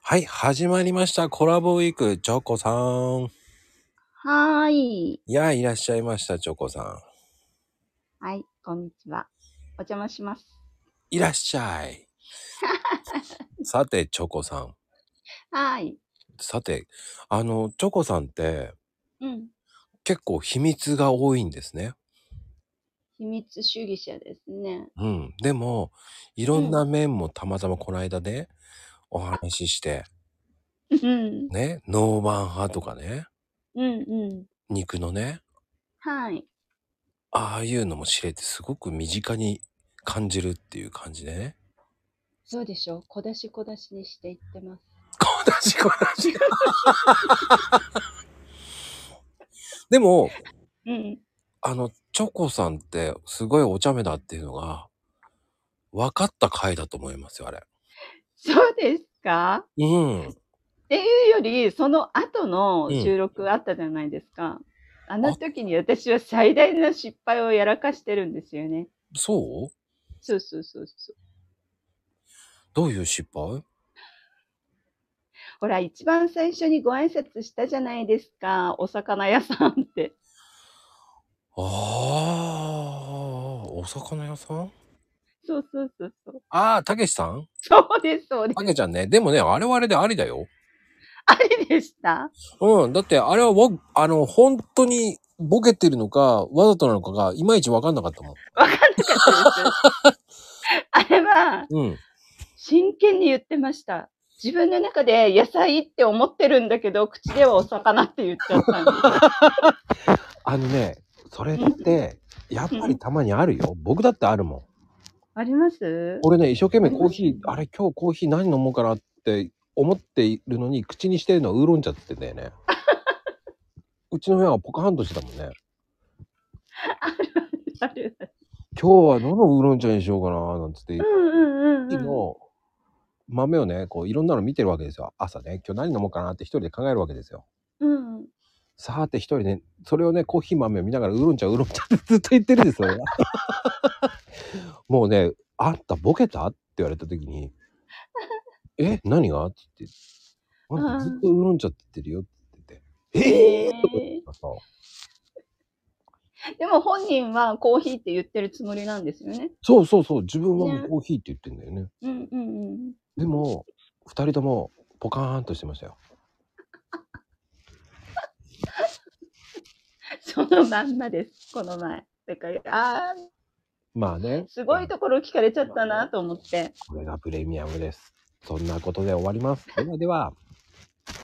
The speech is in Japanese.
はい、始まりました。コラボウィーク、チョコさん。 はーい。 いや、いらっしゃいました、チョコさん。 はい、こんにちは。お邪魔します。 いらっしゃい。さて、チョコさん。 はーい。 さて、チョコさんって、 うん。 結構秘密が多いんですね。 秘密主義者ですね。 うん。でも、いろんな面もたまたまこの間ね、お話しして、 うん。 ね、ノーバン派とかね、 うんうん。 肉のね、 はい。 ああいうのも知れてすごく身近に感じるっていう感じでね。 そうでしょ。小出し小出しにしていってます。 こだしこだし。でも、 うん。 チョコさんってすごいお茶目だっていうのが分かった回だと思いますよ、あれ。 そうですか？ うん。 っていうより、その後のうん。 収録あったじゃないですか。あのあ、 時に私は最大の失敗をやらかしてるんですよね。 そうそうそうそうそう。 どういう失敗？ ほら、一番最初にご挨拶したじゃないですか。お魚屋さんって。 ああ、お魚屋さん。 そうそうそうそう。 ああ、たけしさん。 そうです、そうです。 たけちゃんね。でもね、あれはあれでありだよ。 あれでした？ うん。だってあれは本当にボケてるのか、わざとなのかが、いまいち分かんなかったもん。 わかんなかったです。あれは、 うん。 真剣に言ってました。自分の中で野菜って思ってるんだけど、口ではお魚って言っちゃったんです。 それっうん。 て、やっうん。 ぱりたまにあるよ。僕だってあるもん。 あります？ 俺ね、一生懸命ありコーヒー、 ますよね。 あれ今日コーヒー何飲もうかなって思っているのに、口にしてるのはウーロン茶って言ってんだよね。うちの部屋はポカハンとしてたもんね。 あるあるあるある。 今日はどのウーロン茶にしようかななんつって、 うんうんうんうん。 コーヒーの豆をね、こういろんなの見てるわけですよ。朝ね、今日何飲もうかなって一人で考えるわけですよ。 うん。 さーて一人ね、それをね、コーヒー豆を見ながらウーロン茶、ウーロン茶ってずっと言ってるんですよ。もうね、あんたボケたって言われた時に、え、何がって言って、あんたずっとウーロン茶って言ってるよって言ってて、とか言ええってさ、 ー。でも本人はコーヒーって言ってるつもりなんですよね。 そうそうそう、自分はもうね。 コーヒーって言ってんだよね。 うんうんうん。 でも、二人ともポカーンとしてましたよ。 そのまんまです、この前。だから、 まあね、 すごいところ聞かれちゃったなと思って。 これがプレミアムです。そんなことで終わります。ではでは。